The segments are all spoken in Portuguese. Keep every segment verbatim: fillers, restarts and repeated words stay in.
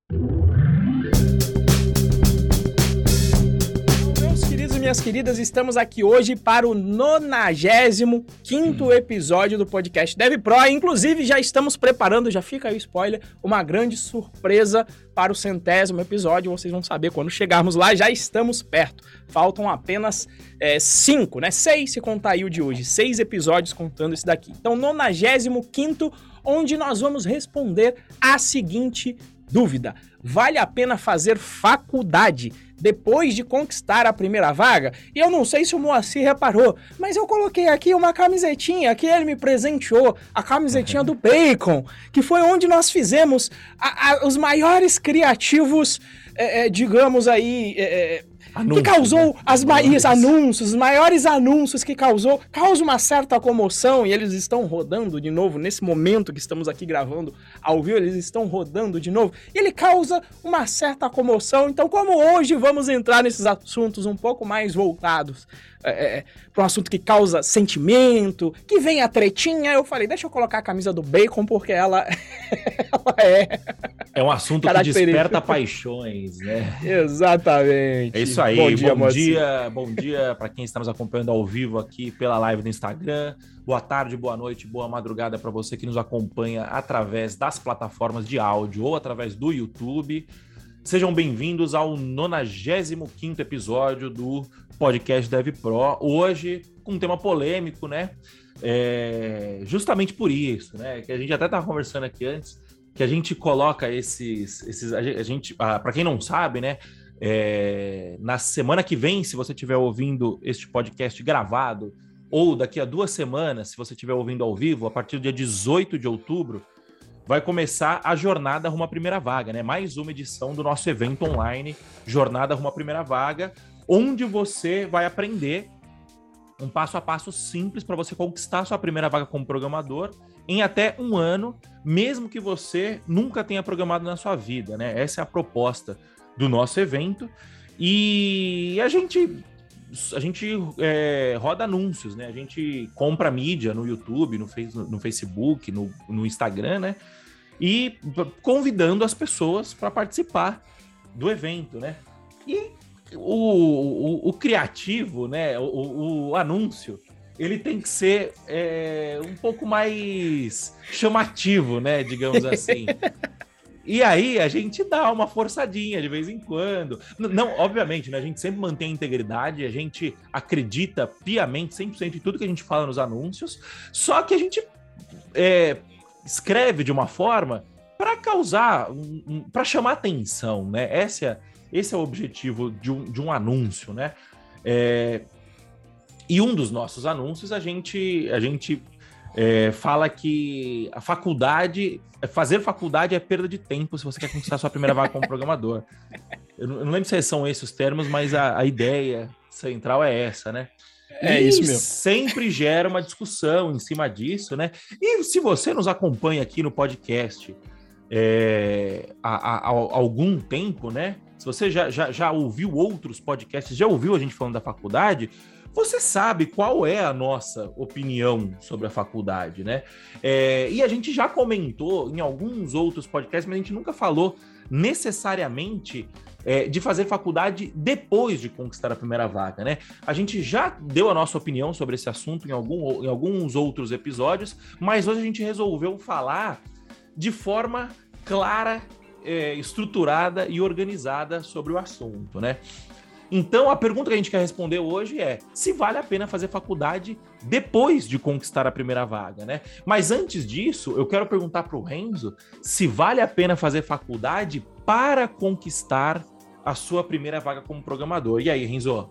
Minhas queridas, estamos aqui hoje para o nonagésimo quinto episódio do podcast DevPro. Inclusive, já estamos preparando, já fica aí o spoiler, uma grande surpresa para o centésimo episódio. Vocês vão saber quando chegarmos lá, já estamos perto. Faltam apenas é, cinco, né? Seis, se contar aí o de hoje. Seis episódios contando esse daqui. Então, nonagésimo quinto, onde nós vamos responder a seguinte dúvida: vale a pena fazer faculdade depois de conquistar a primeira vaga? E eu não sei se o Moacir reparou, mas eu coloquei aqui uma camisetinha que ele me presenteou, a camisetinha do Bacon, que foi onde nós fizemos a, a, os maiores criativos, é, é, digamos aí, é, Anúncio, que causou né? as maiores anúncios, os maiores anúncios que causou, causa uma certa comoção, e eles estão rodando de novo, nesse momento que estamos aqui gravando ao vivo, eles estão rodando de novo, e ele causa uma certa comoção. Então, como hoje vamos entrar nesses assuntos um pouco mais voltados é, é, para um assunto que causa sentimento, que vem a tretinha, eu falei, deixa eu colocar a camisa do Bacon, porque ela, ela é... É um assunto que desperta paixões, né? Exatamente. É isso aí. Bom dia, bom dia, bom dia para quem está nos acompanhando ao vivo aqui pela live do Instagram. Boa tarde, boa noite, boa madrugada para você que nos acompanha através das plataformas de áudio ou através do YouTube. Sejam bem-vindos ao nonagésimo quinto episódio do podcast DevPro. Hoje com um tema polêmico, né? É... Justamente por isso, né? Que a gente até estava conversando aqui antes, que a gente coloca esses... esses a gente, ah, para quem não sabe, né? É, na semana que vem, se você estiver ouvindo este podcast gravado, ou daqui a duas semanas, se você estiver ouvindo ao vivo, a partir do dia dezoito de outubro, vai começar a Jornada Rumo à Primeira Vaga, né? Mais uma edição do nosso evento online, Jornada Rumo à Primeira Vaga, onde você vai aprender um passo a passo simples para você conquistar a sua primeira vaga como programador em até um ano, mesmo que você nunca tenha programado na sua vida, né? Essa é a proposta do nosso evento. E a gente, a gente é, roda anúncios, né? A gente compra mídia no YouTube, no, face, no Facebook, no, no Instagram, né? E convidando as pessoas para participar do evento, né? E o, o, o criativo, né? O, o anúncio, ele tem que ser é, um pouco mais chamativo, né? Digamos assim. E aí a gente dá uma forçadinha de vez em quando. Não, obviamente, né? A gente sempre mantém a integridade, a gente acredita piamente cem por cento em tudo que a gente fala nos anúncios, só que a gente é, escreve de uma forma para causar, um, um, para chamar atenção, né? Esse é, esse é o objetivo de um, de um anúncio, né? É, e um dos nossos anúncios, a gente, a gente é, fala que a faculdade, fazer faculdade é perda de tempo se você quer conquistar sua primeira vaga como programador. Eu não, eu não lembro se são esses os termos, mas a, a ideia central é essa, né? É e isso mesmo. Sempre gera uma discussão em cima disso, né? E se você nos acompanha aqui no podcast é, há, há, há algum tempo, né? Se você já, já, já ouviu outros podcasts, já ouviu a gente falando da faculdade, você sabe qual é a nossa opinião sobre a faculdade, né? É, e a gente já comentou em alguns outros podcasts, mas a gente nunca falou necessariamente é, de fazer faculdade depois de conquistar a primeira vaga, né? A gente já deu a nossa opinião sobre esse assunto em, algum, em alguns outros episódios, mas hoje a gente resolveu falar de forma clara, é, estruturada e organizada sobre o assunto, né? Então, a pergunta que a gente quer responder hoje é se vale a pena fazer faculdade depois de conquistar a primeira vaga, né? Mas antes disso, eu quero perguntar para o Renzo se vale a pena fazer faculdade para conquistar a sua primeira vaga como programador. E aí, Renzo?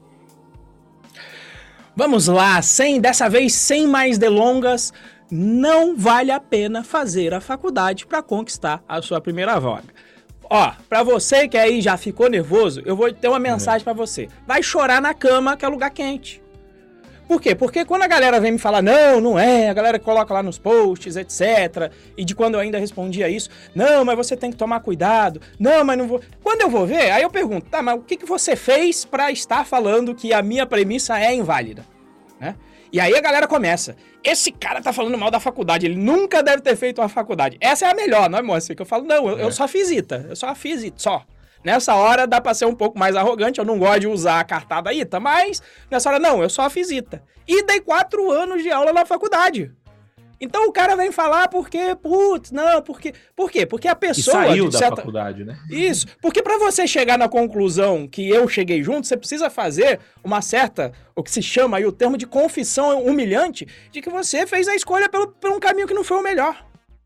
Vamos lá, sem, dessa vez sem mais delongas, não vale a pena fazer a faculdade para conquistar a sua primeira vaga. Ó, pra você que aí já ficou nervoso, eu vou ter uma mensagem pra você. Vai chorar na cama, que é lugar quente. Por quê? Porque quando a galera vem me falar, não, não é, a galera coloca lá nos posts, etcétera. E de quando eu ainda respondia isso, não, mas você tem que tomar cuidado, não, mas não vou... Quando eu vou ver, aí eu pergunto, tá, mas o que, que você fez pra estar falando que a minha premissa é inválida? Né? E aí a galera começa, esse cara tá falando mal da faculdade, ele nunca deve ter feito uma faculdade. Essa é a melhor, não é, moça? Que eu falo, não, eu, é. eu só fiz I T A, eu só fiz I T A, só. Nessa hora dá pra ser um pouco mais arrogante, eu não gosto de usar a cartada I T A, mas nessa hora não, eu só fiz I T A. E dei quatro anos de aula na faculdade. Então o cara vem falar porque, putz, não, porque... Por quê? Porque a pessoa... E saiu da certa... faculdade, né? Isso, porque pra você chegar na conclusão que eu cheguei junto, você precisa fazer uma certa, o que se chama aí o termo de confissão humilhante, de que você fez a escolha pelo, por um caminho que não foi o melhor.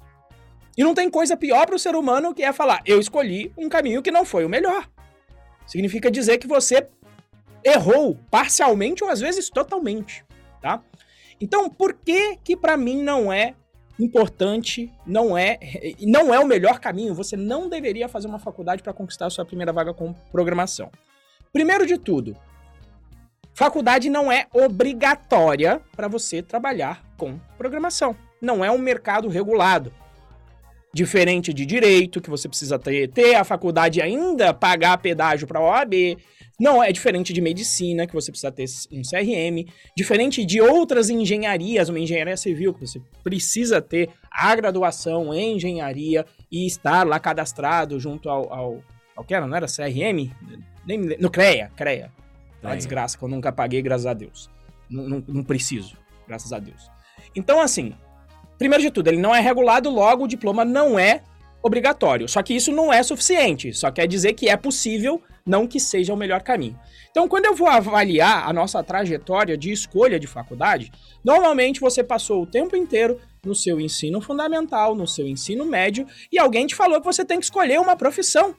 E não tem coisa pior pro ser humano que é falar, eu escolhi um caminho que não foi o melhor. Significa dizer que você errou parcialmente ou às vezes totalmente, tá? Então, por que que pra mim não é importante, não é, não é o melhor caminho? Você não deveria fazer uma faculdade para conquistar a sua primeira vaga com programação. Primeiro de tudo, faculdade não é obrigatória para você trabalhar com programação. Não é um mercado regulado. Diferente de direito, que você precisa ter, ter a faculdade e ainda pagar pedágio para a O A B. Não é diferente de medicina, que você precisa ter um C R M. Diferente de outras engenharias, uma engenharia civil, que você precisa ter a graduação em engenharia e estar lá cadastrado junto ao... ao, ao que era? Não era C R M? Nem, no CREA, CREA. É uma desgraça que eu nunca paguei, graças a Deus. Não, não, não preciso, graças a Deus. Então, assim, primeiro de tudo, ele não é regulado, logo o diploma não é obrigatório. Só que isso não é suficiente. Só quer dizer que é possível, não que seja o melhor caminho. Então, quando eu vou avaliar a nossa trajetória de escolha de faculdade, normalmente você passou o tempo inteiro no seu ensino fundamental, no seu ensino médio, e alguém te falou que você tem que escolher uma profissão.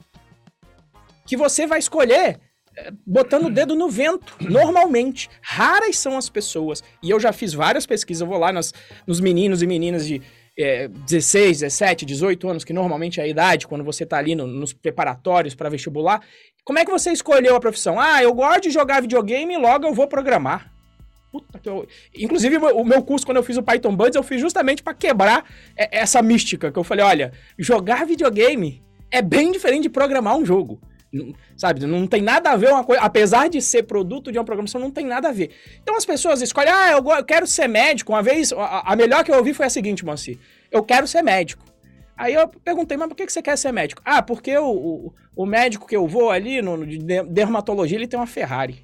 Que você vai escolher é, botando o dedo no vento, normalmente. Raras são as pessoas, e eu já fiz várias pesquisas, eu vou lá nas, nos meninos e meninas de É, dezesseis, dezessete, dezoito anos, que normalmente é a idade, quando você tá ali no, nos preparatórios para vestibular. Como é que você escolheu a profissão? Ah, eu gosto de jogar videogame e logo eu vou programar. Puta que eu... Inclusive, o meu curso, quando eu fiz o Python Buds, eu fiz justamente para quebrar essa mística, que eu falei, olha, jogar videogame é bem diferente de programar um jogo. Sabe, não tem nada a ver uma coisa, apesar de ser produto de uma programação, não tem nada a ver. Então as pessoas escolhem, ah, eu, eu quero ser médico. Uma vez, a, a melhor que eu ouvi foi a seguinte, Moacir, eu quero ser médico. Aí eu perguntei, mas por que, que você quer ser médico? Ah, porque o, o, o médico que eu vou ali, no, no de dermatologia, ele tem uma Ferrari.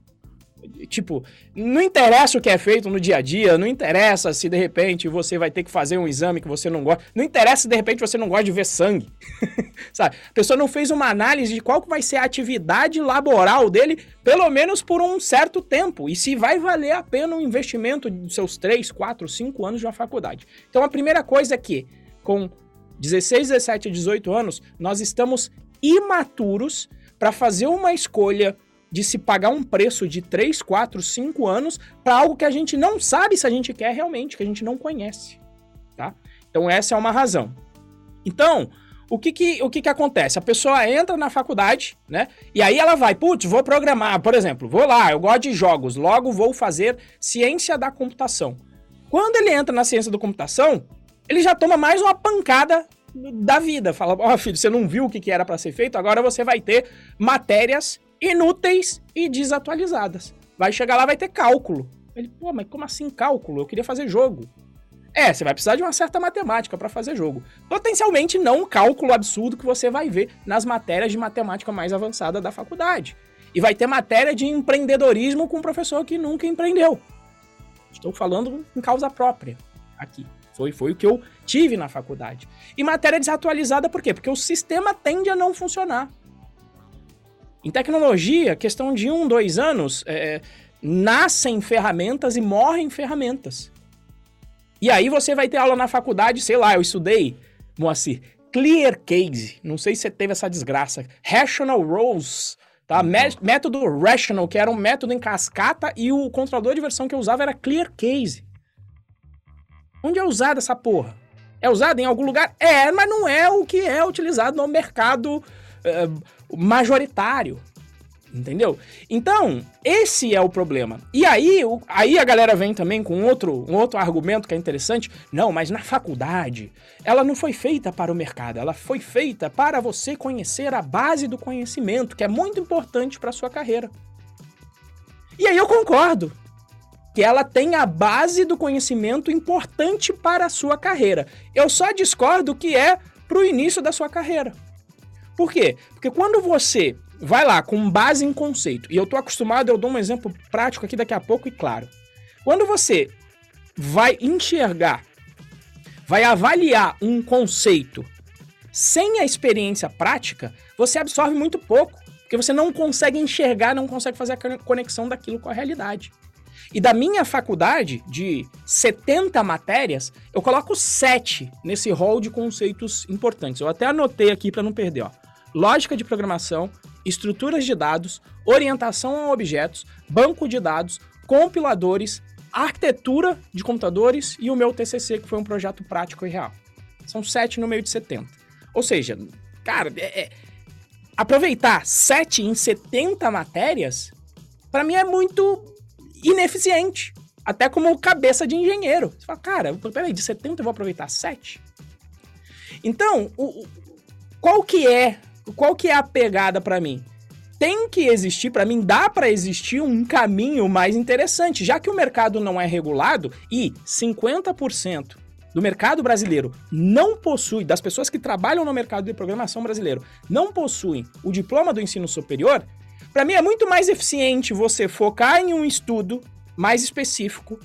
Tipo, não interessa o que é feito no dia a dia, não interessa se de repente você vai ter que fazer um exame que você não gosta, não interessa se de repente você não gosta de ver sangue, sabe? A pessoa não fez uma análise de qual que vai ser a atividade laboral dele, pelo menos por um certo tempo, e se vai valer a pena um investimento dos seus três, quatro, cinco anos de uma faculdade. Então a primeira coisa é que, com dezesseis, dezessete, dezoito anos, nós estamos imaturos para fazer uma escolha de se pagar um preço de três, quatro, cinco anos para algo que a gente não sabe se a gente quer realmente, que a gente não conhece, tá? Então essa é uma razão. Então, o que que, o que que acontece? A pessoa entra na faculdade, né? E aí ela vai, putz, vou programar, por exemplo, vou lá, eu gosto de jogos, logo vou fazer ciência da computação. Quando ele entra na ciência da computação, ele já toma mais uma pancada da vida. Fala, ó, oh, filho, você não viu o que que era para ser feito, agora você vai ter matérias inúteis e desatualizadas. Vai chegar lá, vai ter cálculo. Ele, pô, mas como assim cálculo? Eu queria fazer jogo. É, você vai precisar de uma certa matemática para fazer jogo. Potencialmente não um cálculo absurdo que você vai ver nas matérias de matemática mais avançada da faculdade. E vai ter matéria de empreendedorismo com um professor que nunca empreendeu. Estou falando em causa própria aqui. Foi, foi o que eu tive na faculdade. E matéria desatualizada por quê? Porque o sistema tende a não funcionar. Em tecnologia, questão de um, dois anos, é, nascem ferramentas e morrem ferramentas. E aí você vai ter aula na faculdade, sei lá, eu estudei, Moacir, Clear Case, não sei se você teve essa desgraça, Rational Rows, tá? Uhum. Método Rational, que era um método em cascata, e o controlador de versão que eu usava era Clear Case. Onde é usada essa porra? É usada em algum lugar? É, mas não é o que é utilizado no mercado uh, majoritário, entendeu? Então, esse é o problema. E aí, o, aí a galera vem também com outro, um outro argumento que é interessante. Não, mas na faculdade, ela não foi feita para o mercado, ela foi feita para você conhecer a base do conhecimento, que é muito importante para a sua carreira. E aí eu concordo. que ela tem a base do conhecimento importante para a sua carreira. Eu só discordo que é para o início da sua carreira. Por quê? Porque quando você vai lá com base em conceito, e eu tô acostumado, eu dou um exemplo prático aqui daqui a pouco e claro. Quando você vai enxergar, vai avaliar um conceito sem a experiência prática, você absorve muito pouco, porque você não consegue enxergar, não consegue fazer a conexão daquilo com a realidade. E da minha faculdade, de setenta matérias, eu coloco sete nesse rol de conceitos importantes. Eu até anotei aqui para não perder, ó. Lógica de programação, estruturas de dados, orientação a objetos, banco de dados, compiladores, arquitetura de computadores e o meu T C C, que foi um projeto prático e real. São sete no meio de setenta. Ou seja, cara, é, é, aproveitar sete em setenta matérias, para mim é muito ineficiente. Até como cabeça de engenheiro. Você fala, cara, peraí, de setenta eu vou aproveitar sete? Então, o, qual que é, qual que é a pegada para mim? Tem que existir, para mim, dá para existir um caminho mais interessante, já que o mercado não é regulado e cinquenta por cento do mercado brasileiro não possui, das pessoas que trabalham no mercado de programação brasileiro, não possuem o diploma do ensino superior, para mim é muito mais eficiente você focar em um estudo mais específico,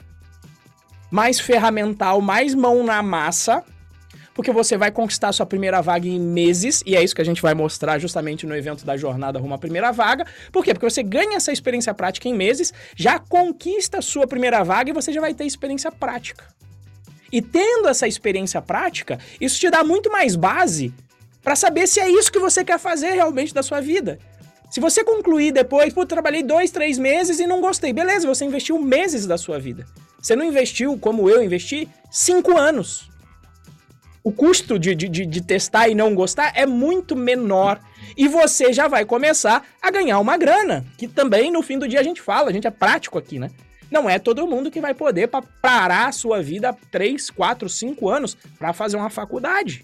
mais ferramental, mais mão na massa, porque você vai conquistar sua primeira vaga em meses, e é isso que a gente vai mostrar justamente no evento da Jornada Rumo à Primeira Vaga. Por quê? Porque você ganha essa experiência prática em meses, já conquista a sua primeira vaga e você já vai ter experiência prática. E tendo essa experiência prática, isso te dá muito mais base para saber se é isso que você quer fazer realmente da sua vida. Se você concluir depois, pô, trabalhei dois, três meses e não gostei, beleza, você investiu meses da sua vida. Você não investiu, como eu investi, cinco anos. O custo de, de, de testar e não gostar é muito menor. E você já vai começar a ganhar uma grana, que também no fim do dia a gente fala, a gente é prático aqui, né? Não é todo mundo que vai poder parar a sua vida três, quatro, cinco anos para fazer uma faculdade.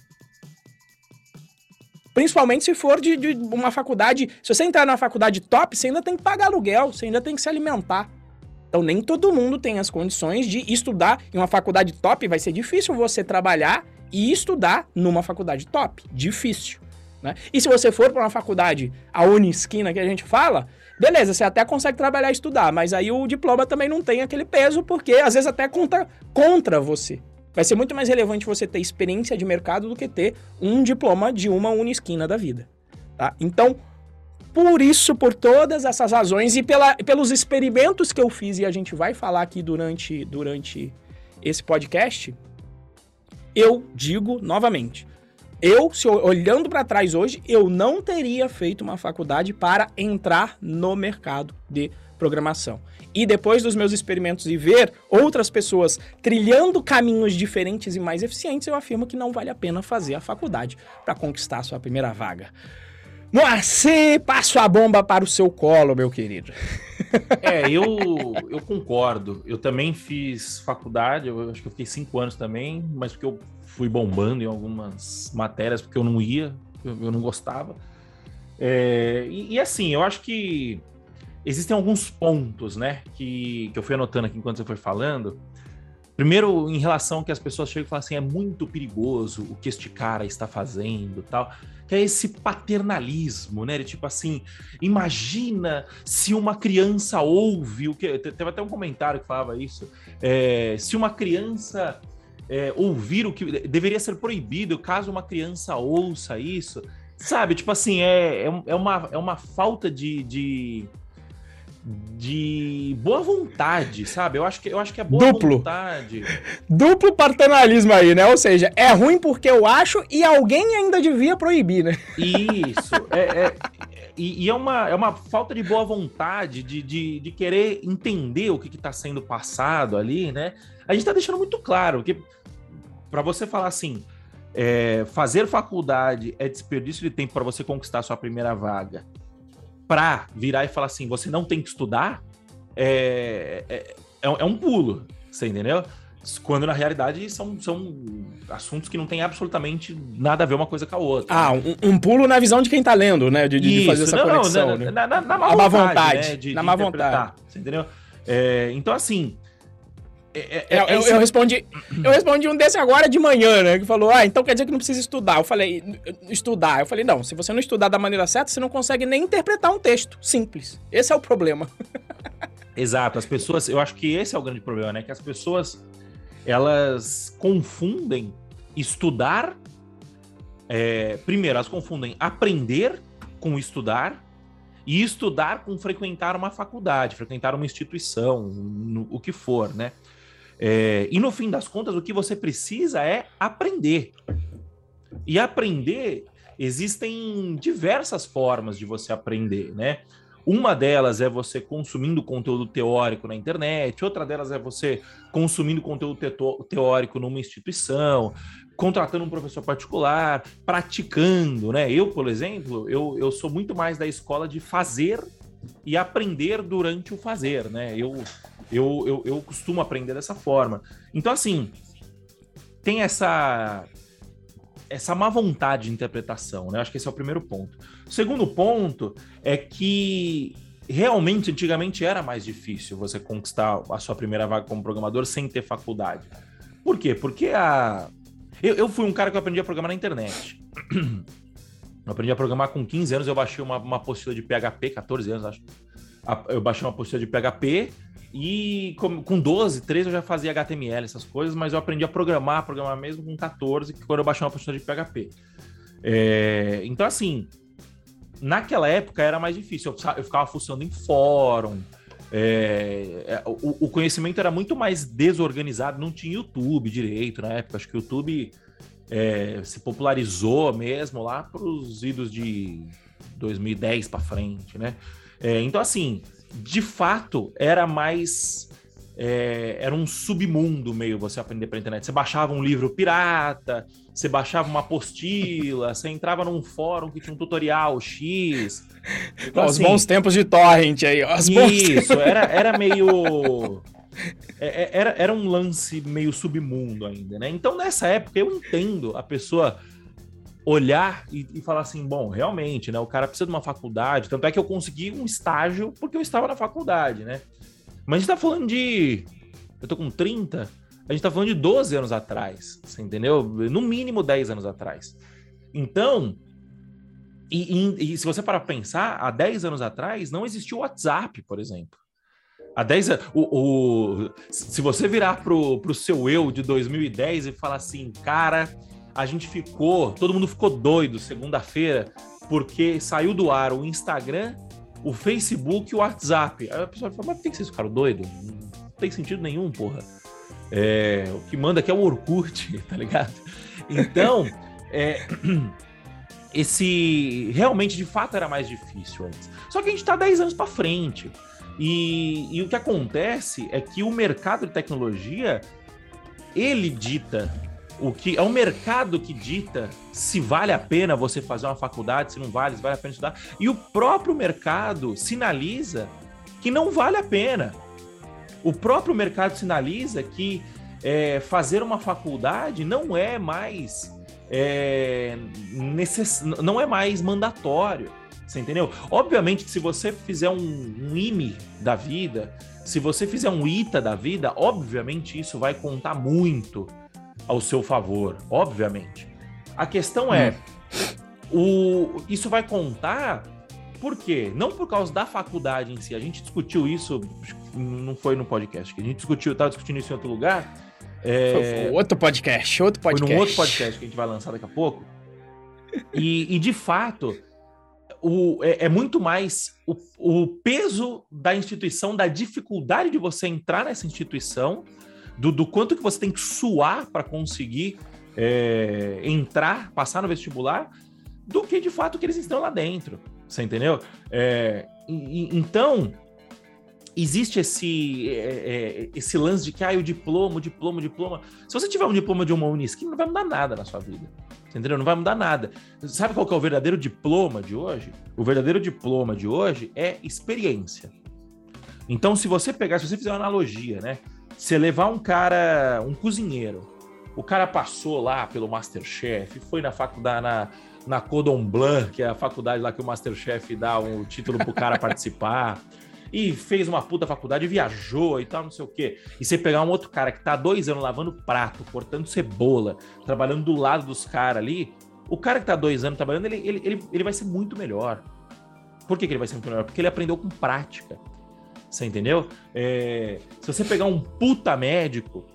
Principalmente se for de, de uma faculdade... Se você entrar numa faculdade top, você ainda tem que pagar aluguel, você ainda tem que se alimentar. Então nem todo mundo tem as condições de estudar em uma faculdade top. Vai ser difícil você trabalhar e estudar numa faculdade top. Difícil, né? E se você for para uma faculdade, a Unisquina que a gente fala, beleza, você até consegue trabalhar e estudar, mas aí o diploma também não tem aquele peso, porque às vezes até conta contra você. Vai ser muito mais relevante você ter experiência de mercado do que ter um diploma de uma Unisquina da vida, tá? Então, por isso, por todas essas razões e pela, pelos experimentos que eu fiz, e a gente vai falar aqui durante, durante esse podcast, eu digo novamente, eu, se eu, olhando para trás hoje, eu não teria feito uma faculdade para entrar no mercado de programação. E depois dos meus experimentos e ver outras pessoas trilhando caminhos diferentes e mais eficientes, eu afirmo que não vale a pena fazer a faculdade para conquistar a sua primeira vaga. Moacir, passo a bomba para o seu colo, meu querido. É, eu, eu concordo. Eu também fiz faculdade, eu acho que eu fiquei cinco anos também, mas porque eu fui bombando em algumas matérias, porque eu não ia, eu, eu não gostava. É, e, e assim, eu acho que existem alguns pontos, né, que, que eu fui anotando aqui enquanto você foi falando. Primeiro, em relação ao que as pessoas chegam e falam assim, é muito perigoso o que este cara está fazendo e tal, que é esse paternalismo, né, de tipo assim, imagina se uma criança ouve o que... Teve até um comentário que falava isso, é, se uma criança é, ouvir o que... Deveria ser proibido caso uma criança ouça isso, sabe, tipo assim, é, é, uma, é uma falta de... de de boa vontade, sabe? Eu acho que, eu acho que é boa Duplo. vontade. Duplo paternalismo aí, né? Ou seja, é ruim porque eu acho e alguém ainda devia proibir, né? Isso. É, é, e e é, uma, é uma falta de boa vontade, de, de, de querer entender o que está sendo passado ali, né? A gente está deixando muito claro que, para você falar assim, é, fazer faculdade é desperdício de tempo para você conquistar a sua primeira vaga, para virar e falar assim, você não tem que estudar, é, é, é um pulo, você entendeu? Quando na realidade são, são assuntos que não tem absolutamente nada a ver uma coisa com a outra. Ah, né? um, um pulo na visão de quem tá lendo, né? De, de fazer essa não, conexão, não, né? Na, na, na má a vontade, má vontade, né? de, na de má vontade. Você entendeu? É, então, assim... É, é, eu, eu, respondi, eu respondi um desse agora de manhã, né? Que falou, ah, então quer dizer que não precisa estudar. Eu falei, estudar. Eu falei, não, se você não estudar da maneira certa, você não consegue nem interpretar um texto. Simples. Esse é o problema. Exato. As pessoas, eu acho que esse é o grande problema, né? Que as pessoas, elas confundem estudar... É, primeiro, elas confundem aprender com estudar e estudar com frequentar uma faculdade, frequentar uma instituição, no, o que for, né? É, e no fim das contas, o que você precisa é aprender. E aprender, existem diversas formas de você aprender, né? Uma delas é você consumindo conteúdo teórico na internet, outra delas é você consumindo conteúdo teórico numa instituição, contratando um professor particular, praticando, né? Eu, por exemplo, eu, eu sou muito mais da escola de fazer e aprender durante o fazer, né? Eu, eu, eu, eu costumo aprender dessa forma. Então, assim, tem essa... essa má vontade de interpretação, né? Acho que esse é o primeiro ponto. O segundo ponto é que realmente, antigamente, era mais difícil você conquistar a sua primeira vaga como programador sem ter faculdade. Por quê? Porque a... Eu, eu fui um cara que eu aprendi a programar na internet. Eu aprendi a programar com quinze anos, eu baixei uma, uma apostila de P H P, catorze anos, acho. Eu baixei uma apostila de P H P e com, com doze, treze eu já fazia H T M L, essas coisas, mas eu aprendi a programar, a programar mesmo com catorze, quando eu baixei uma apostila de P H P. É, então, assim, naquela época era mais difícil. Eu, eu ficava fuçando em fórum, é, o, o conhecimento era muito mais desorganizado, não tinha YouTube direito na época. Acho que o YouTube é, se popularizou mesmo lá para os idos de dois mil e dez para frente, né? É, então, assim, de fato, era mais... É, era um submundo meio você aprender pela internet. Você baixava um livro pirata, você baixava uma apostila, você entrava num fórum que tinha um tutorial X. Então, assim, os bons tempos de torrent aí. Os isso, era, era meio... Era, era um lance meio submundo ainda, né? Então, nessa época, eu entendo a pessoa olhar e, e falar assim, bom, realmente, né? O cara precisa de uma faculdade. Tanto é que eu consegui um estágio porque eu estava na faculdade, né? Mas a gente tá falando de... Eu tô com trinta, a gente tá falando de doze anos atrás, você entendeu? No mínimo dez anos atrás. Então, e, e, e se você parar pra pensar, há dez anos atrás não existia o WhatsApp, por exemplo. Há dez anos... O, o, se você virar pro, pro seu eu de dois mil e dez e falar assim, cara, a gente ficou... Todo mundo ficou doido segunda-feira porque saiu do ar o Instagram, o Facebook e o WhatsApp. Aí a pessoa fala, mas por que vocês ficaram doidos? Não tem sentido nenhum, porra. É, o que manda aqui é o Orkut, tá ligado? Então, é, esse realmente, de fato, era mais difícil antes. Só que a gente tá dez anos pra frente. E, e o que acontece é que o mercado de tecnologia, ele dita... O que é o mercado que dita se vale a pena você fazer uma faculdade, se não vale, se vale a pena estudar. E o próprio mercado sinaliza que não vale a pena. O próprio mercado sinaliza que é, fazer uma faculdade não é mais é, necess... não é mais mandatório. Você entendeu? Obviamente que se você fizer um, um I M E da vida, se você fizer um I T A da vida, obviamente isso vai contar muito ao seu favor, obviamente. A questão é, hum. o, isso vai contar por quê? Não por causa da faculdade em si. A gente discutiu isso, não foi no podcast, a gente discutiu, estava discutindo isso em outro lugar. É, foi outro podcast, outro podcast. Foi num outro podcast que a gente vai lançar daqui a pouco. E, e de fato, o, é, é muito mais o, o peso da instituição, da dificuldade de você entrar nessa instituição, Do, do quanto que você tem que suar para conseguir é, entrar, passar no vestibular, do que de fato que eles estão lá dentro, você entendeu? É, e, então, existe esse, é, é, esse lance de que ah, o diploma, o diploma, o diploma... Se você tiver um diploma de uma Unisquim, não vai mudar nada na sua vida, você entendeu? Não vai mudar nada. Sabe qual que é o verdadeiro diploma de hoje? O verdadeiro diploma de hoje é experiência. Então, se você pegar, se você fizer uma analogia, né? Você levar um cara, um cozinheiro, o cara passou lá pelo Masterchef, foi na faculdade, na, na Cordon Bleu, que é a faculdade lá que o Masterchef dá o título pro cara participar, e fez uma puta faculdade, viajou e tal, não sei o quê. E você pegar um outro cara que tá há dois anos lavando prato, cortando cebola, trabalhando do lado dos caras ali, o cara que tá há dois anos trabalhando, ele, ele, ele, ele vai ser muito melhor. Por que, que ele vai ser muito melhor? Porque ele aprendeu com prática. Você entendeu? É, se você pegar um puta médico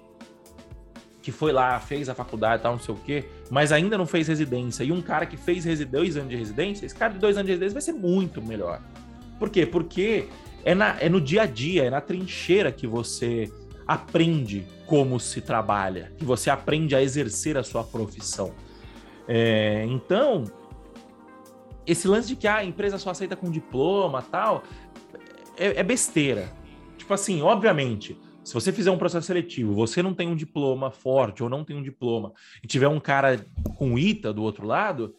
que foi lá, fez a faculdade e tal, não sei o quê, mas ainda não fez residência, e um cara que fez dois anos de residência, esse cara de dois anos de residência vai ser muito melhor. Por quê? Porque é, na, é no dia a dia, é na trincheira que você aprende como se trabalha, que você aprende a exercer a sua profissão. É, então, esse lance de que ah, a empresa só aceita com diploma e tal, é, é besteira. Tipo assim, obviamente, se você fizer um processo seletivo, você não tem um diploma forte ou não tem um diploma e tiver um cara com I T A do outro lado,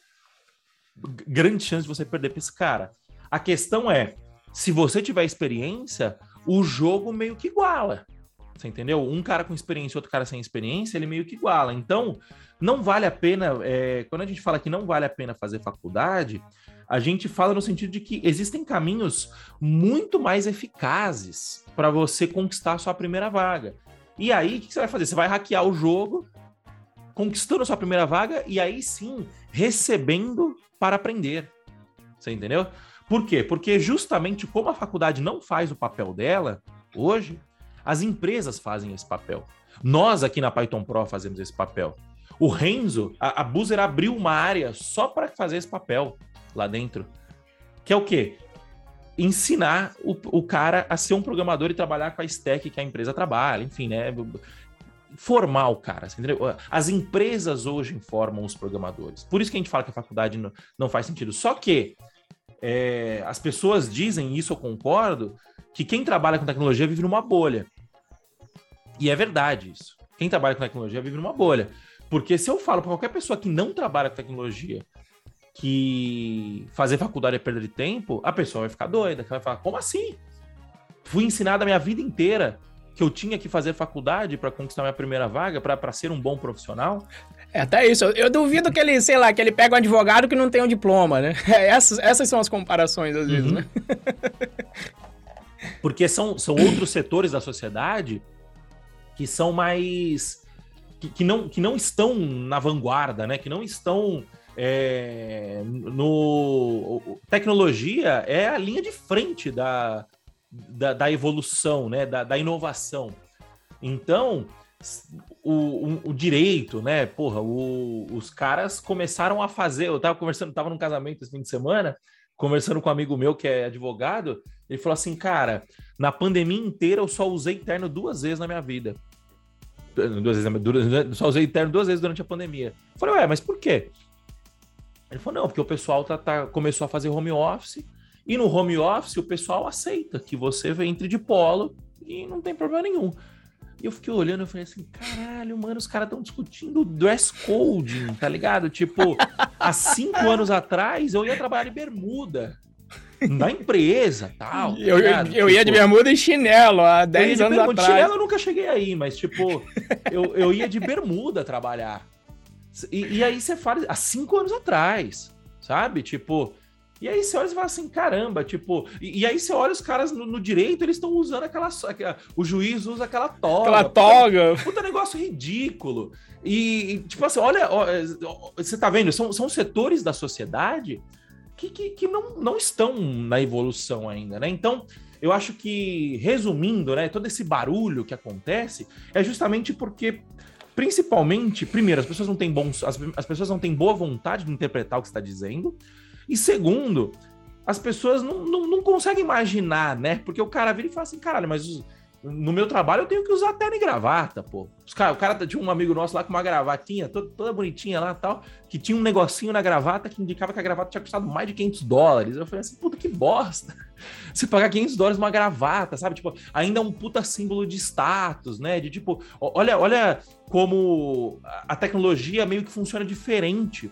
grande chance de você perder para esse cara. A questão é, se você tiver experiência, o jogo meio que iguala. Você entendeu? Um cara com experiência e outro cara sem experiência, ele meio que iguala. Então, não vale a pena... É, quando a gente fala que não vale a pena fazer faculdade, a gente fala no sentido de que existem caminhos muito mais eficazes para você conquistar a sua primeira vaga. E aí, o que você vai fazer? Você vai hackear o jogo, conquistando a sua primeira vaga, e aí sim, recebendo para aprender. Você entendeu? Por quê? Porque justamente como a faculdade não faz o papel dela, hoje, as empresas fazem esse papel. Nós aqui na Python Pro fazemos esse papel. O Renzo, a, a Buzer abriu uma área só para fazer esse papel lá dentro. Que é o quê? Ensinar o, o cara a ser um programador e trabalhar com a stack que a empresa trabalha, enfim, né? Formar o cara, entendeu? As empresas hoje formam os programadores. Por isso que a gente fala que a faculdade não, não faz sentido. Só que é, as pessoas dizem, e isso eu concordo, que quem trabalha com tecnologia vive numa bolha. E é verdade isso. Quem trabalha com tecnologia vive numa bolha. Porque se eu falo para qualquer pessoa que não trabalha com tecnologia que fazer faculdade é perda de tempo, a pessoa vai ficar doida. Vai falar, como assim? Fui ensinado a minha vida inteira que eu tinha que fazer faculdade para conquistar minha primeira vaga, para ser um bom profissional. É até isso. Eu, eu duvido que ele, sei lá, que ele pega um advogado que não tem um diploma, né? Essas, essas são as comparações, às vezes, uhum. né? Porque são, são outros setores da sociedade que são mais... Que, que, não, que não estão na vanguarda, né? Que não estão... É, no... Tecnologia é a linha de frente da, da, da evolução, né? Da, da inovação. Então, o, o, o direito, né? Porra, o, os caras começaram a fazer... Eu tava conversando, tava num casamento esse fim de semana, conversando com um amigo meu que é advogado, ele falou assim, cara, na pandemia inteira eu só usei terno duas vezes na minha vida. Duas vezes, só usei terno duas vezes durante a pandemia. Eu falei, ué, mas por quê? Ele falou, não, porque o pessoal tá, tá, começou a fazer home office, e no home office o pessoal aceita que você entre de polo e não tem problema nenhum. E eu fiquei olhando e falei assim, caralho, mano, os caras estão discutindo dress code, tá ligado? Tipo, há cinco anos atrás eu ia trabalhar de bermuda na empresa, tal. Eu, eu, eu tipo, ia de bermuda e chinelo há dez anos bermuda, atrás. Chinelo eu nunca cheguei aí, mas tipo, eu, eu ia de bermuda trabalhar. E, e aí você fala, há cinco anos atrás, sabe? Tipo, e aí você olha e fala assim, caramba, tipo... E, e aí você olha os caras no, no direito, eles estão usando aquela, aquela... O juiz usa aquela toga. Aquela toga. Puta, puta negócio ridículo. E, e tipo assim, olha, ó, você tá vendo? São, são setores da sociedade... que, que, que não, não estão na evolução ainda, né? Então, eu acho que, resumindo, né, todo esse barulho que acontece é justamente porque, principalmente, primeiro, as pessoas não têm bons, as, as pessoas não têm boa vontade de interpretar o que você está dizendo, e segundo, as pessoas não, não, não conseguem imaginar, né? Porque o cara vira e fala assim, caralho, mas os, no meu trabalho eu tenho que usar terno e gravata, pô. Os cara, o cara tinha um amigo nosso lá com uma gravatinha toda, toda bonitinha lá e tal, que tinha um negocinho na gravata que indicava que a gravata tinha custado mais de quinhentos dólares. Eu falei assim, puta, que bosta. Você pagar quinhentos dólares numa gravata, sabe? Tipo, ainda é um puta símbolo de status, né? De tipo, olha, olha como a tecnologia meio que funciona diferente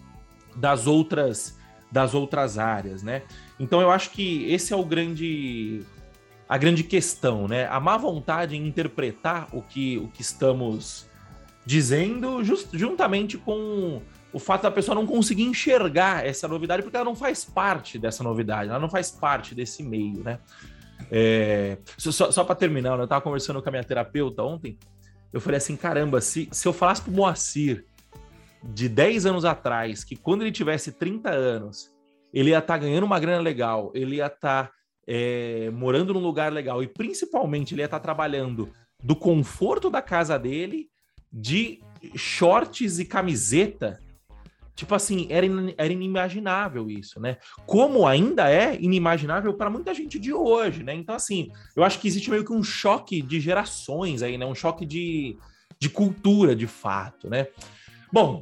das outras, das outras áreas, né? Então eu acho que esse é o grande... a grande questão, né? A má vontade em interpretar o que, o que estamos dizendo, just, juntamente com o fato da pessoa não conseguir enxergar essa novidade, porque ela não faz parte dessa novidade, ela não faz parte desse meio, né? É, só só para terminar, eu estava conversando com a minha terapeuta ontem, eu falei assim, caramba, se, se eu falasse pro Moacir de dez anos atrás, que quando ele tivesse trinta anos, ele ia estar ganhando uma grana legal, ele ia estar é, morando num lugar legal e principalmente ele ia estar trabalhando do conforto da casa dele, de shorts e camiseta, tipo assim, era, in, era inimaginável isso, né? Como ainda é inimaginável para muita gente de hoje, né? Então, assim, eu acho que existe meio que um choque de gerações aí, né? Um choque de, de cultura, de fato, né? Bom,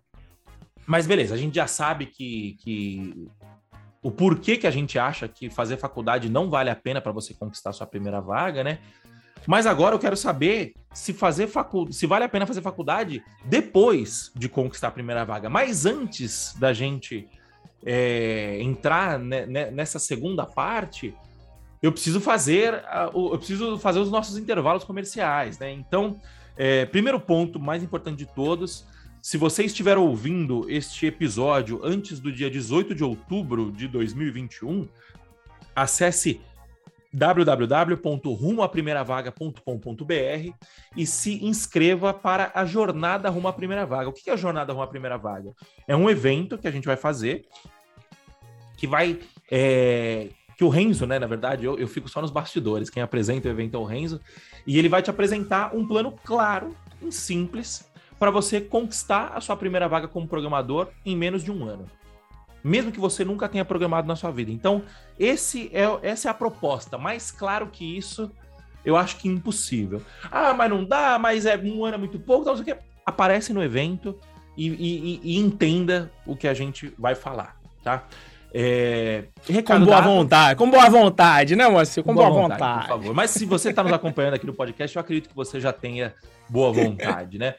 mas beleza, a gente já sabe que, que o porquê que a gente acha que fazer faculdade não vale a pena para você conquistar sua primeira vaga, né? Mas agora eu quero saber se fazer facu... se vale a pena fazer faculdade depois de conquistar a primeira vaga. Mas antes da gente é, entrar né, nessa segunda parte, eu preciso fazer eu preciso fazer os nossos intervalos comerciais, né? Então, é, primeiro ponto, mais importante de todos, se você estiver ouvindo este episódio antes do dia dezoito de outubro de dois mil e vinte e um, acesse w w w ponto rumo a primeira vaga ponto com ponto b r e se inscreva para a Jornada Rumo à Primeira Vaga. O que é a Jornada Rumo à Primeira Vaga? É um evento que a gente vai fazer, que vai... É, que o Renzo, né, na verdade, eu, eu fico só nos bastidores, quem apresenta o evento é o Renzo, e ele vai te apresentar um plano claro e simples para você conquistar a sua primeira vaga como programador em menos de um ano. Mesmo que você nunca tenha programado na sua vida. Então, esse é, essa é a proposta. Mais claro que isso, eu acho que impossível. Ah, mas não dá, mas é um ano é muito pouco. Não sei o que. Aparece no evento e, e, e entenda o que a gente vai falar, tá? É, com boa dado, vontade, com boa vontade, né, Moacir? Com, com boa, boa vontade, vontade. Por favor. Mas se você está nos acompanhando aqui no podcast, eu acredito que você já tenha boa vontade, né?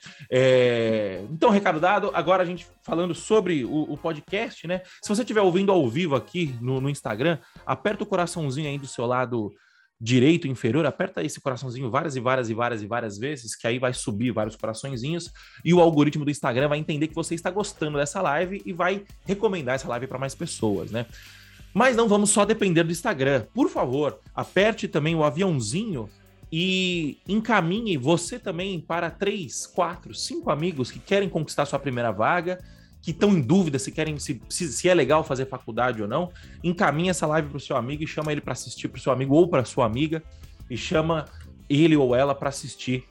É, então, recado dado, agora a gente falando sobre o, o podcast, né? Se você estiver ouvindo ao vivo aqui no, no Instagram, aperta o coraçãozinho aí do seu lado direito inferior, aperta esse coraçãozinho várias e várias e várias e várias vezes, que aí vai subir vários coraçõezinhos e o algoritmo do Instagram vai entender que você está gostando dessa live e vai recomendar essa live para mais pessoas, né? Mas não vamos só depender do Instagram. Por favor, aperte também o aviãozinho e encaminhe você também para três, quatro, cinco amigos que querem conquistar sua primeira vaga, que estão em dúvida se querem se, se, se é legal fazer faculdade ou não. Encaminhe essa live para o seu amigo e chama ele para assistir, para o seu amigo ou para sua amiga, e chama ele ou ela para assistir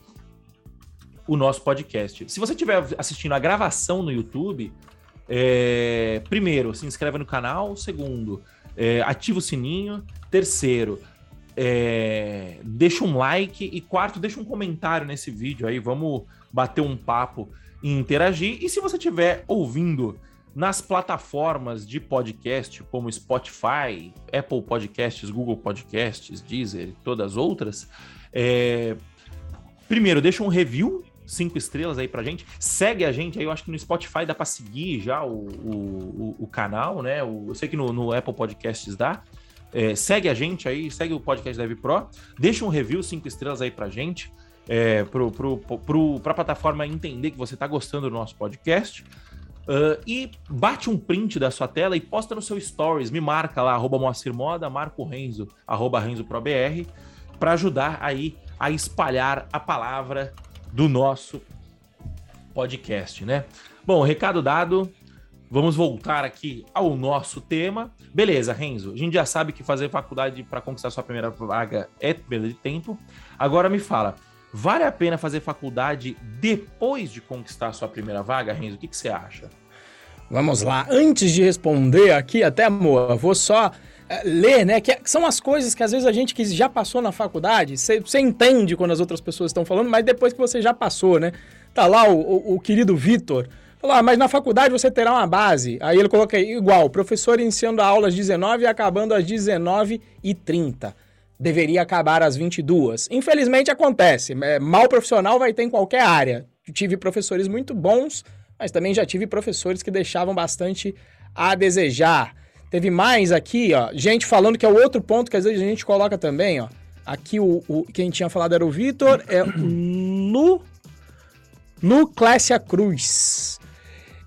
o nosso podcast. Se você estiver assistindo a gravação no YouTube, é, primeiro, se inscreve no canal. Segundo, é, ativa o sininho. Terceiro, é, deixa um like. E quarto, deixa um comentário nesse vídeo aí. Vamos bater um papo e interagir. E se você estiver ouvindo nas plataformas de podcast, como Spotify, Apple Podcasts, Google Podcasts, Deezer e todas as outras, é... primeiro, deixa um review, cinco estrelas aí pra gente, segue a gente aí, eu acho que no Spotify dá pra seguir já o, o, o canal, né? O, eu sei que no, no Apple Podcasts dá. É, segue a gente aí, segue o Podcast Dev Pro, deixa um review, cinco estrelas aí pra gente, É, pro, pro, pro, pra plataforma entender que você tá gostando do nosso podcast, uh, e bate um print da sua tela e posta no seu stories, me marca lá, arroba Moacir Moda, marca o Renzo, arroba RenzoProBR, para ajudar aí a espalhar a palavra do nosso podcast, né? Bom, recado dado, vamos voltar aqui ao nosso tema. Beleza, Renzo, a gente já sabe que fazer faculdade para conquistar sua primeira vaga é perda de tempo. Agora me fala, vale a pena fazer faculdade depois de conquistar a sua primeira vaga, Renzo? O que, que você acha? Vamos lá. Antes de responder aqui, até, amor, vou só é, ler, né? Que são as coisas que às vezes a gente que já passou na faculdade, você entende quando as outras pessoas estão falando, mas depois que você já passou, né? Tá lá o, o, o querido Vitor, falou, ah, mas na faculdade você terá uma base. Aí ele coloca aí, igual, professor iniciando a aula às dezenove e acabando às dezenove e trinta. Deveria acabar às vinte e duas. Infelizmente acontece. Mal profissional vai ter em qualquer área. Tive professores muito bons, mas também já tive professores que deixavam bastante a desejar. Teve mais aqui, ó, gente falando que é o outro ponto que às vezes a gente coloca também, ó. Aqui o, o quem tinha falado era o Vitor, é Lu, Lu Clécia Cruz.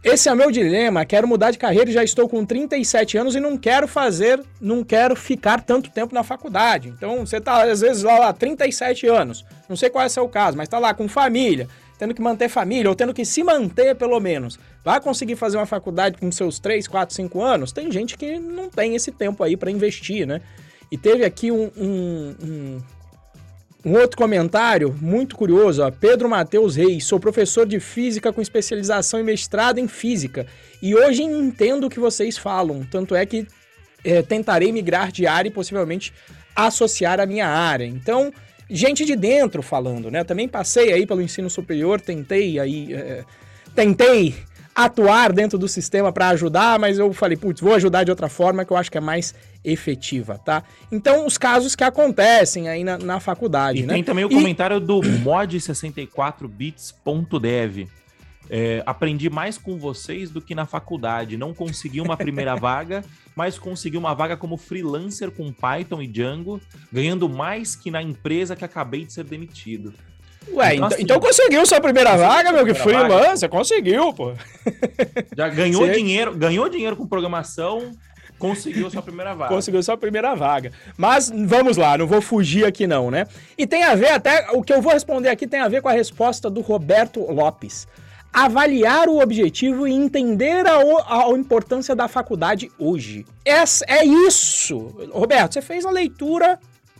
Esse é o meu dilema, quero mudar de carreira e já estou com trinta e sete anos e não quero fazer, não quero ficar tanto tempo na faculdade. Então, você tá, às vezes, lá, lá, trinta e sete anos, não sei qual é o seu caso, mas tá lá com família, tendo que manter família, ou tendo que se manter, pelo menos. Vai conseguir fazer uma faculdade com seus três, quatro, cinco anos? Tem gente que não tem esse tempo aí para investir, né? E teve aqui um... um, um Um outro comentário muito curioso, ó. Pedro Matheus Reis, sou professor de física com especialização e mestrado em física e hoje entendo o que vocês falam, tanto é que é, tentarei migrar de área e possivelmente associar a minha área. Então, gente de dentro falando, né? Também passei aí pelo ensino superior, tentei aí, é, tentei atuar dentro do sistema para ajudar, mas eu falei, putz, vou ajudar de outra forma que eu acho que é mais efetiva, tá? Então, os casos que acontecem aí na, na faculdade, e né? tem também o e... comentário do mod sessenta e quatro bits ponto dev. É, aprendi mais com vocês do que na faculdade. Não consegui uma primeira vaga, mas consegui uma vaga como freelancer com Python e Django, ganhando mais que na empresa que acabei de ser demitido. Ué, então, assim, então conseguiu sua primeira vaga, meu, que freelancer, conseguiu, pô. Já ganhou dinheiro, ganhou dinheiro com programação, conseguiu sua primeira vaga. Conseguiu sua primeira vaga. Mas vamos lá, não vou fugir aqui não, né? E tem a ver até, o que eu vou responder aqui tem a ver com a resposta do Roberto Lopes. Avaliar o objetivo e entender a, a, a importância da faculdade hoje. É, é isso. Roberto, você fez a leitura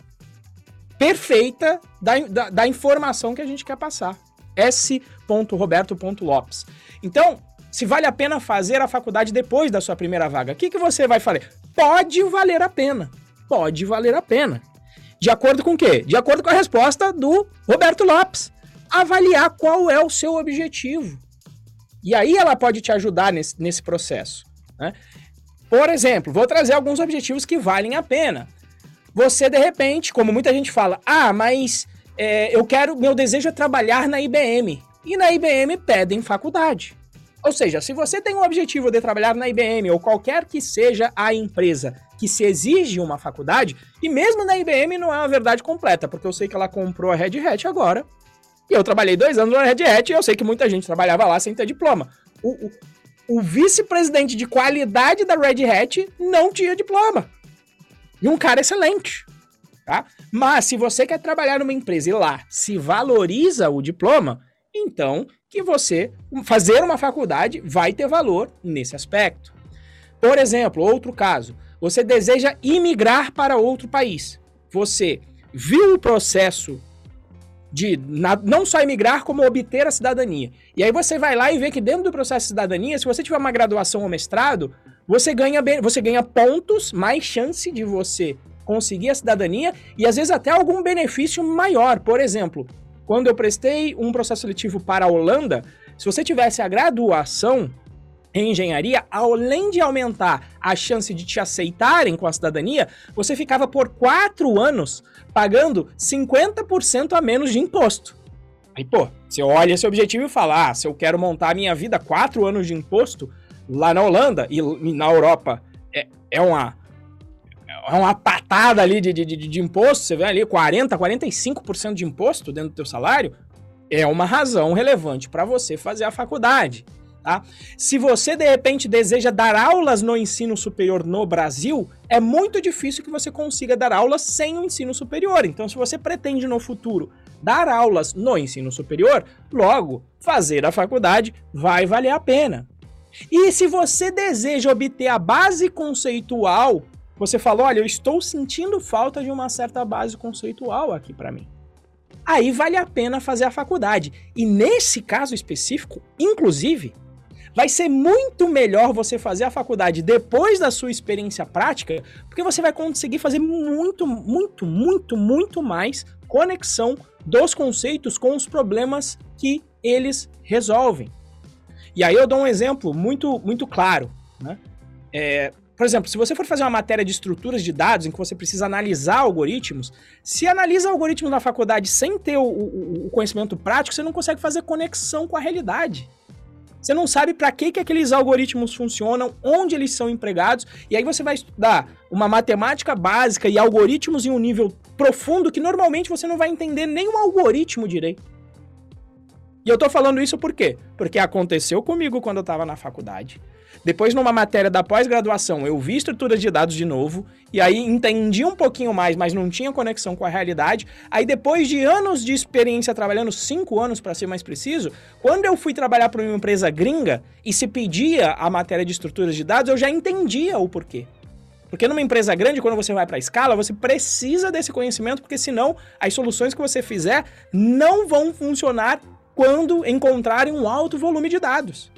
perfeita da, da, da informação que a gente quer passar. S. Roberto Lopes. Então, se vale a pena fazer a faculdade depois da sua primeira vaga, o que, que você vai fazer? Pode valer a pena. Pode valer a pena. De acordo com o quê? De acordo com a resposta do Roberto Lopes. Avaliar qual é o seu objetivo. E aí ela pode te ajudar nesse, nesse processo, né? Por exemplo, vou trazer alguns objetivos que valem a pena. Você, de repente, como muita gente fala, ah, mas é, eu quero, meu desejo é trabalhar na I B M. E na I B M pedem faculdade. Ou seja, se você tem o objetivo de trabalhar na I B M ou qualquer que seja a empresa que se exige uma faculdade, e mesmo na I B M não é uma verdade completa, porque eu sei que ela comprou a Red Hat agora, e eu trabalhei dois anos na Red Hat e eu sei que muita gente trabalhava lá sem ter diploma. O, o, o vice-presidente de qualidade da Red Hat não tinha diploma. E um cara excelente, tá? Mas se você quer trabalhar numa empresa e lá se valoriza o diploma, então que você fazer uma faculdade vai ter valor nesse aspecto. Por exemplo, outro caso, você deseja imigrar para outro país. Você viu o processo de na, não só emigrar, como obter a cidadania. E aí você vai lá e vê que dentro do processo de cidadania, se você tiver uma graduação ou mestrado, você ganha, você ganha pontos, mais chance de você conseguir a cidadania e às vezes até algum benefício maior. Por exemplo, quando eu prestei um processo seletivo para a Holanda, se você tivesse a graduação em engenharia, além de aumentar a chance de te aceitarem com a cidadania, você ficava por quatro anos pagando cinquenta por cento a menos de imposto. Aí, pô, você olha esse objetivo e fala, ah, se eu quero montar a minha vida quatro anos de imposto lá na Holanda e na Europa, é, é uma... é uma patada ali de, de, de, de imposto, você vê ali quarenta, quarenta e cinco por cento de imposto dentro do teu salário, é uma razão relevante para você fazer a faculdade, tá? Se você, de repente, deseja dar aulas no ensino superior no Brasil, é muito difícil que você consiga dar aulas sem o ensino superior. Então, se você pretende no futuro dar aulas no ensino superior, logo, fazer a faculdade vai valer a pena. E se você deseja obter a base conceitual, você falou, olha, eu estou sentindo falta de uma certa base conceitual aqui para mim. Aí vale a pena fazer a faculdade. E nesse caso específico, inclusive, vai ser muito melhor você fazer a faculdade depois da sua experiência prática, porque você vai conseguir fazer muito, muito, muito, muito mais conexão dos conceitos com os problemas que eles resolvem. E aí eu dou um exemplo muito, muito claro, né? É... Por exemplo, se você for fazer uma matéria de estruturas de dados em que você precisa analisar algoritmos, se analisa algoritmos na faculdade sem ter o, o, o conhecimento prático, você não consegue fazer conexão com a realidade. Você não sabe para que, que aqueles algoritmos funcionam, onde eles são empregados, e aí você vai estudar uma matemática básica e algoritmos em um nível profundo que normalmente você não vai entender nem o algoritmo direito. E eu tô falando isso por quê? Porque aconteceu comigo quando eu tava na faculdade. Depois, numa matéria da pós-graduação, eu vi estrutura de dados de novo, e aí entendi um pouquinho mais, mas não tinha conexão com a realidade. Aí, depois de anos de experiência trabalhando, cinco anos para ser mais preciso, quando eu fui trabalhar para uma empresa gringa e se pedia a matéria de estruturas de dados, eu já entendia o porquê. Porque numa empresa grande, quando você vai para a escala, você precisa desse conhecimento, porque senão as soluções que você fizer não vão funcionar quando encontrarem um alto volume de dados.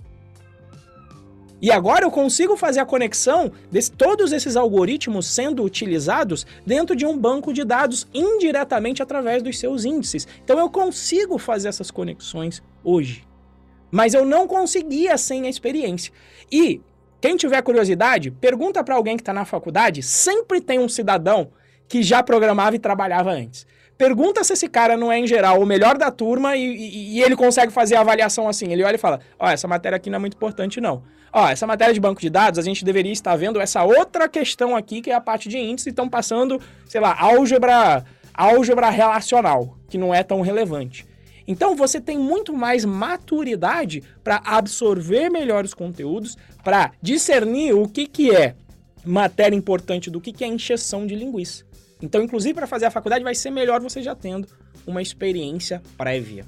E agora eu consigo fazer a conexão de todos esses algoritmos sendo utilizados dentro de um banco de dados indiretamente através dos seus índices. Então eu consigo fazer essas conexões hoje. Mas eu não conseguia sem a experiência. E quem tiver curiosidade, pergunta para alguém que está na faculdade, sempre tem um cidadão que já programava e trabalhava antes. Pergunta se esse cara não é, em geral, o melhor da turma e, e, e ele consegue fazer a avaliação assim. Ele olha e fala, ó, essa matéria aqui não é muito importante, não. Ó, essa matéria de banco de dados, a gente deveria estar vendo essa outra questão aqui, que é a parte de índice, e estão passando, sei lá, álgebra, álgebra relacional, que não é tão relevante. Então, você tem muito mais maturidade para absorver melhor os conteúdos, para discernir o que, que é matéria importante do que, que é encheção de linguiça. Então, inclusive, para fazer a faculdade, vai ser melhor você já tendo uma experiência prévia.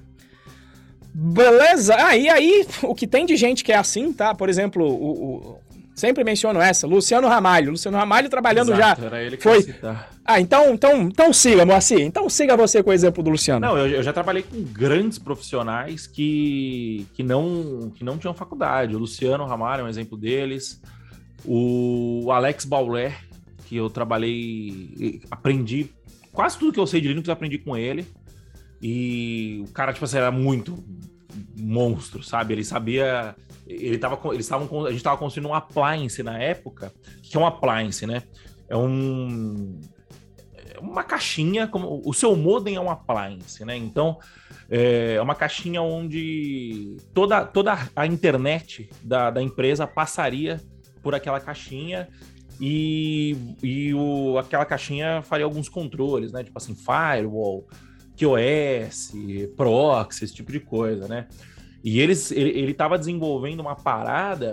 Beleza? Ah, e aí, o que tem de gente que é assim, tá? Por exemplo, o, o, sempre menciono essa, Luciano Ramalho. Luciano Ramalho trabalhando Exato, já... era ele que foi... eu ia citar. Ah, então, então, então siga, Moacir. Então siga você com o exemplo do Luciano. Não, eu, eu já trabalhei com grandes profissionais que, que, não, que não tinham faculdade. O Luciano Ramalho é um exemplo deles. O Alex Bauer, que eu trabalhei, aprendi quase tudo que eu sei de Linux, eu aprendi com ele. E o cara, tipo assim, era muito monstro, sabe? Ele sabia... Ele tava, eles estavam, a gente estava construindo um appliance na época. O que é um appliance, né? É um... uma caixinha, como o seu modem é um appliance, né? Então, é uma caixinha onde toda, toda a internet da, da empresa passaria por aquela caixinha e, e o, aquela caixinha faria alguns controles, né? Tipo assim, firewall, Q o S, proxy, esse tipo de coisa, né? E eles, ele, ele tava desenvolvendo uma parada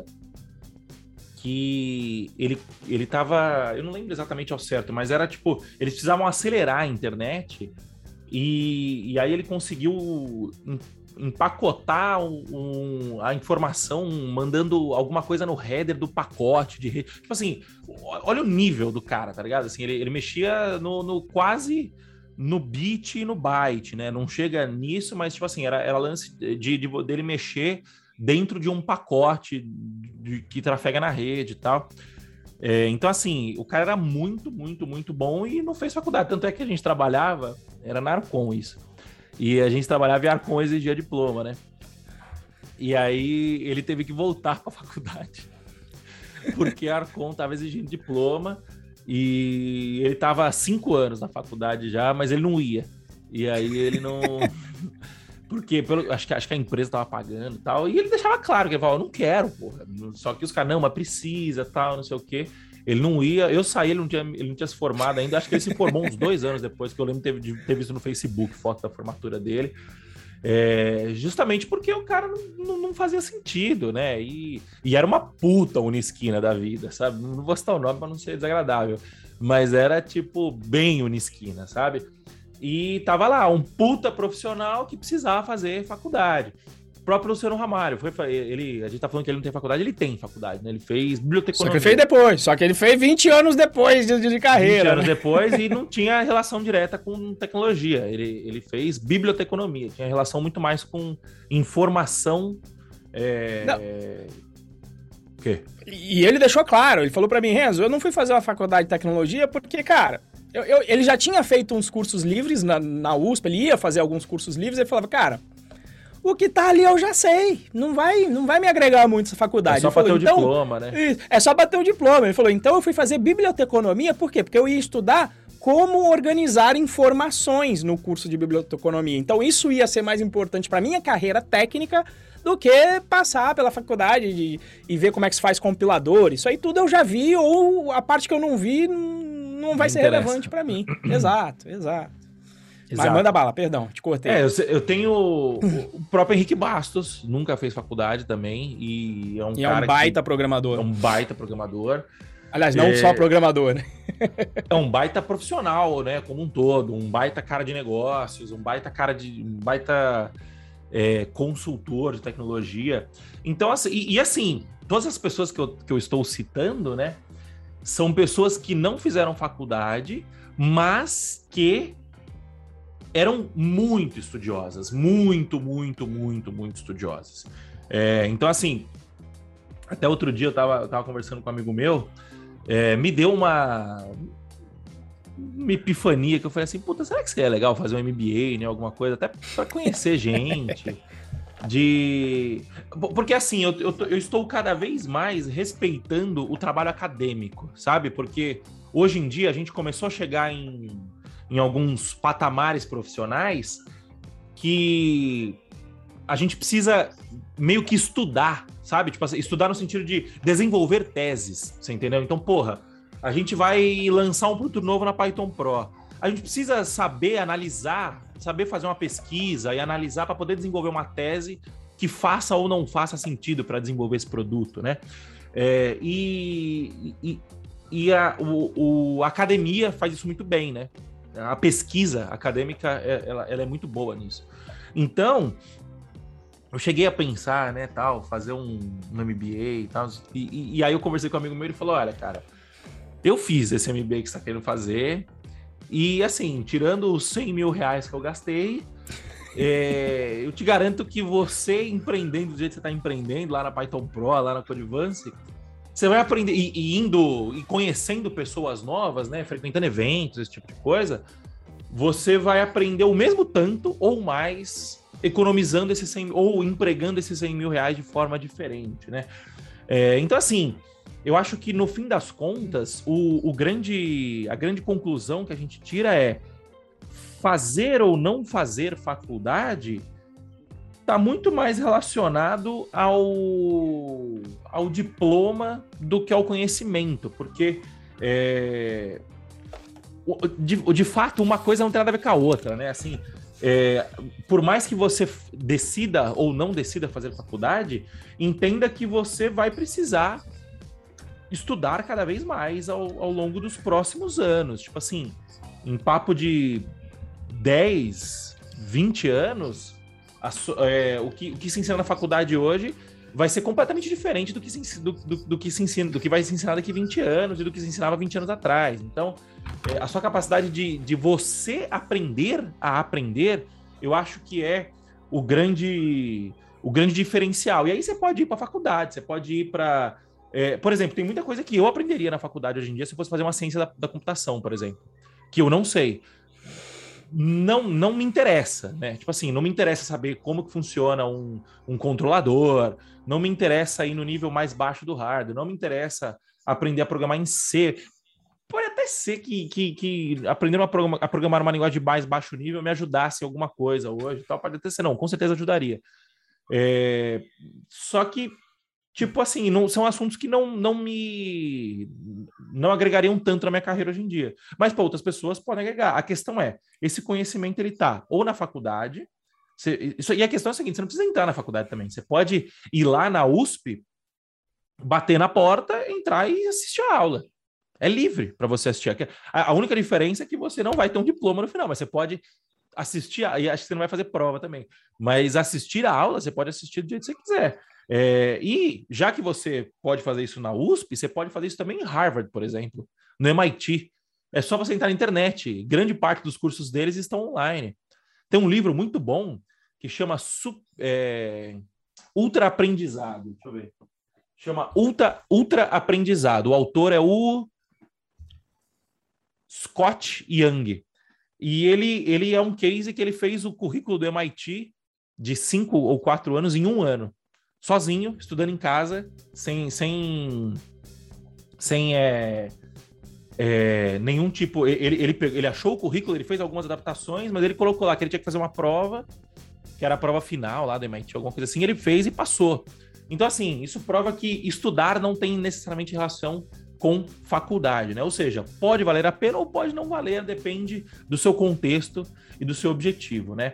que ele, ele tava... Eu não lembro exatamente ao certo, mas era tipo... Eles precisavam acelerar a internet e, e aí ele conseguiu empacotar um, a informação mandando alguma coisa no header do pacote de rede. Tipo assim, olha o nível do cara, tá ligado? Assim, ele, ele mexia no, no quase... no bit e no byte, né? Não chega nisso, mas, tipo assim, era, era lance de, de, dele mexer dentro de um pacote de, que trafega na rede e tal. É, então, assim, o cara era muito, muito, muito bom e não fez faculdade. Tanto é que a gente trabalhava, era na Arcon isso. E a gente trabalhava em Arcon e exigia diploma, né? E aí ele teve que voltar para a faculdade. Porque a Arcon estava exigindo diploma. E ele tava há cinco anos na faculdade já, mas ele não ia. E aí ele não... Porque pelo... acho, que, acho que a empresa tava pagando e tal. E ele deixava claro que ele falava, eu não quero, porra. Só que os caras, não, mas precisa, tal, não sei o quê. Ele não ia. Eu saí, ele não tinha, ele não tinha se formado ainda. Acho que ele se formou uns dois anos depois, que eu lembro de ter, ter visto no Facebook foto da formatura dele. É, justamente porque o cara não, não, não fazia sentido, né? E, e era uma puta unisquina da vida, sabe? Não vou citar o nome pra não ser desagradável, mas era, tipo, bem unisquina, sabe? E tava lá, um puta profissional que precisava fazer faculdade. O próprio Luciano Ramalho, foi, ele, a gente tá falando que ele não tem faculdade, ele tem faculdade, né? Ele fez biblioteconomia. Só que ele fez depois, só que ele fez vinte anos depois de, de carreira. vinte anos né? depois e não tinha relação direta com tecnologia. Ele, ele fez biblioteconomia, tinha relação muito mais com informação. É... Não. O quê? E ele deixou claro, ele falou pra mim, Renzo, eu não fui fazer uma faculdade de tecnologia porque, cara, eu, eu, ele já tinha feito uns cursos livres na, na U S P, ele ia fazer alguns cursos livres, ele falava, cara... O que tá ali eu já sei, não vai, não vai me agregar muito essa faculdade. É só bater o então, diploma, né? É só bater o diploma. Ele falou, então eu fui fazer biblioteconomia, por quê? Porque eu ia estudar como organizar informações no curso de biblioteconomia. Então isso ia ser mais importante para minha carreira técnica do que passar pela faculdade de, e ver como é que se faz compilador. Isso aí tudo eu já vi, ou a parte que eu não vi não vai ser relevante para mim. Exato, exato. Mas manda bala, perdão, te cortei. É, eu, eu tenho o, o próprio Henrique Bastos, nunca fez faculdade também, e é um e cara é um baita que, programador. É um baita programador. Aliás, não é, só programador, né? É um baita profissional, né, como um todo, um baita cara de negócios, um baita cara de... um baita é, consultor de tecnologia. Então, assim, e, e assim, todas as pessoas que eu, que eu estou citando, né, são pessoas que não fizeram faculdade, mas que eram muito estudiosas, muito, muito, muito, muito estudiosas. É, então, assim, até outro dia eu tava, eu tava conversando com um amigo meu, é, me deu uma, uma epifania, que eu falei assim, puta, será que seria legal fazer um M B A, né, alguma coisa, até para conhecer gente, de... Porque, assim, eu, eu, eu estou cada vez mais respeitando o trabalho acadêmico, sabe? Porque hoje em dia a gente começou a chegar em... em alguns patamares profissionais que a gente precisa meio que estudar, sabe? Tipo assim, estudar no sentido de desenvolver teses, você entendeu? Então, porra, a gente vai lançar um produto novo na Python Pro. A gente precisa saber analisar, saber fazer uma pesquisa e analisar para poder desenvolver uma tese que faça ou não faça sentido para desenvolver esse produto, né? É, e e, e a, o, o, a academia faz isso muito bem, né? A pesquisa acadêmica, ela, ela é muito boa nisso. Então, eu cheguei a pensar, né, tal, fazer um, um M B A e tal, e, e aí eu conversei com um amigo meu e ele falou, olha, cara, eu fiz esse M B A que você tá querendo fazer, e assim, tirando os cem mil reais que eu gastei, é, eu te garanto que você empreendendo do jeito que você tá empreendendo, lá na Python Pro, lá na Codevance, você vai aprender, e, e indo, e conhecendo pessoas novas, né, frequentando eventos, esse tipo de coisa, você vai aprender o mesmo tanto ou mais, economizando esses cem, ou empregando esses cem mil reais de forma diferente, né? É, então, assim, eu acho que no fim das contas, o, o grande, a grande conclusão que a gente tira é fazer ou não fazer faculdade está muito mais relacionado ao, ao diploma do que ao conhecimento, porque é, de, de fato uma coisa não tem nada a ver com a outra, né? Assim, é, por mais que você decida ou não decida fazer faculdade, entenda que você vai precisar estudar cada vez mais ao, ao longo dos próximos anos. Tipo assim, em papo de dez, vinte anos, a, é, o, que, o que se ensina na faculdade hoje vai ser completamente diferente do que se, do, do, do que se ensina, do que vai se ensinar daqui a vinte anos e do que se ensinava vinte anos atrás. Então, é, a sua capacidade de, de você aprender a aprender, eu acho que é o grande, o grande diferencial. E aí você pode ir para a faculdade, você pode ir para... É, por exemplo, tem muita coisa que eu aprenderia na faculdade hoje em dia se eu fosse fazer uma ciência da, da computação, por exemplo, que eu não sei. Não, não me interessa, né? Tipo assim, não me interessa saber como que funciona um, um controlador, não me interessa ir no nível mais baixo do hardware, não me interessa aprender a programar em C. Pode até ser que, que, que aprender a programar, a programar uma linguagem de mais baixo nível me ajudasse em alguma coisa hoje, tal. Pode até ser, não, com certeza ajudaria. É, só que, tipo assim, não, são assuntos que não, não me... não agregariam tanto na minha carreira hoje em dia. Mas para outras pessoas podem agregar. A questão é, esse conhecimento ele tá ou na faculdade, você, isso, e a questão é a seguinte, você não precisa entrar na faculdade também. Você pode ir lá na U S P, bater na porta, entrar e assistir a aula. É livre para você assistir. A, a única diferença é que você não vai ter um diploma no final, mas você pode assistir, a, e acho que você não vai fazer prova também, mas assistir a aula, você pode assistir do jeito que você quiser. É, e já que você pode fazer isso na U S P, você pode fazer isso também em Harvard, por exemplo, no M I T. É só você entrar na internet. Grande parte dos cursos deles estão online. Tem um livro muito bom que chama é, Ultra Aprendizado. Deixa eu ver. Chama Ultra, Ultra Aprendizado. O autor é o Scott Young. E ele, ele é um case que ele fez o currículo do M I T de cinco ou quatro anos em um ano. Sozinho, estudando em casa, sem, sem, sem é, é, nenhum tipo... Ele, ele, ele achou o currículo, ele fez algumas adaptações, mas ele colocou lá que ele tinha que fazer uma prova, que era a prova final lá do M I T, alguma coisa assim, ele fez e passou. Então, assim, isso prova que estudar não tem necessariamente relação com faculdade, né? Ou seja, pode valer a pena ou pode não valer, depende do seu contexto e do seu objetivo, né?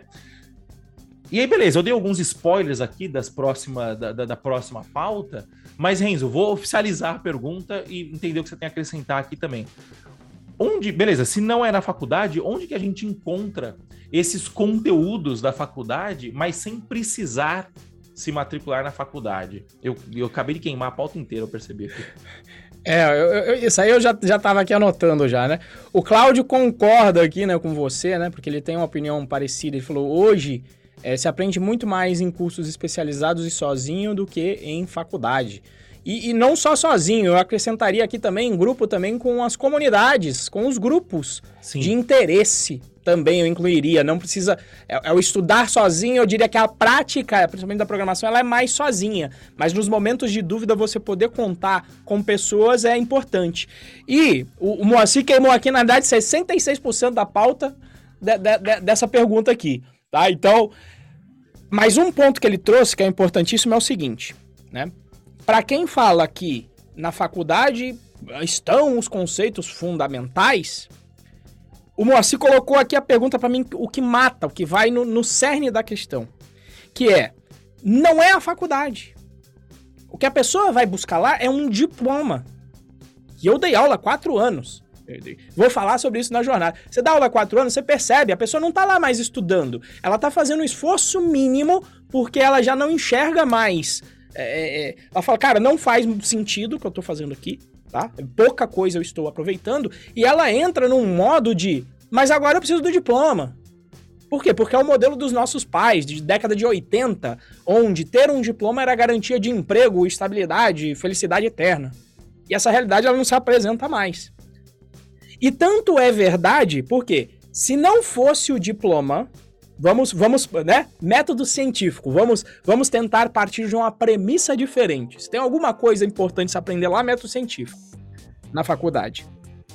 E aí, beleza, eu dei alguns spoilers aqui das próxima, da, da, da próxima pauta, mas, Renzo, vou oficializar a pergunta e entender o que você tem a acrescentar aqui também. Onde, beleza, se não é na faculdade, onde que a gente encontra esses conteúdos da faculdade, mas sem precisar se matricular na faculdade? Eu, eu acabei de queimar a pauta inteira, eu percebi aqui. É, eu, eu, isso aí eu já, já tava aqui anotando já, né? O Cláudio concorda aqui, né, com você, né? Porque ele tem uma opinião parecida. Ele falou, hoje é, se aprende muito mais em cursos especializados e sozinho do que em faculdade. E, e não só sozinho, eu acrescentaria aqui também em grupo também com as comunidades, com os grupos Sim. de interesse também eu incluiria. Não precisa... É, é o estudar sozinho, eu diria que a prática, principalmente da programação, ela é mais sozinha. Mas nos momentos de dúvida, você poder contar com pessoas é importante. E o, o Moacir queimou aqui, na verdade, sessenta e seis por cento da pauta de, de, de, dessa pergunta aqui. Tá? Então, mas um ponto que ele trouxe, que é importantíssimo, é o seguinte, né? Para quem fala que na faculdade estão os conceitos fundamentais, o Moacir colocou aqui a pergunta para mim, o que mata, o que vai no, no cerne da questão, que é, não é a faculdade. O que a pessoa vai buscar lá é um diploma. E eu dei aula há quatro anos. Vou falar sobre isso na jornada. Você dá aula há quatro anos, você percebe, a pessoa não está lá mais estudando. Ela está fazendo um esforço mínimo porque ela já não enxerga mais. É, é, ela fala, cara, não faz sentido o que eu tô fazendo aqui, tá? Pouca coisa eu estou aproveitando. E ela entra num modo de, mas agora eu preciso do diploma. Por quê? Porque é o modelo dos nossos pais, de década de oitenta, onde ter um diploma era garantia de emprego, estabilidade, felicidade eterna. E essa realidade ela não se apresenta mais. E tanto é verdade, porque se não fosse o diploma... Vamos, vamos, né? Método científico. Vamos, vamos tentar partir de uma premissa diferente. Se tem alguma coisa importante se aprender lá, método científico. Na faculdade.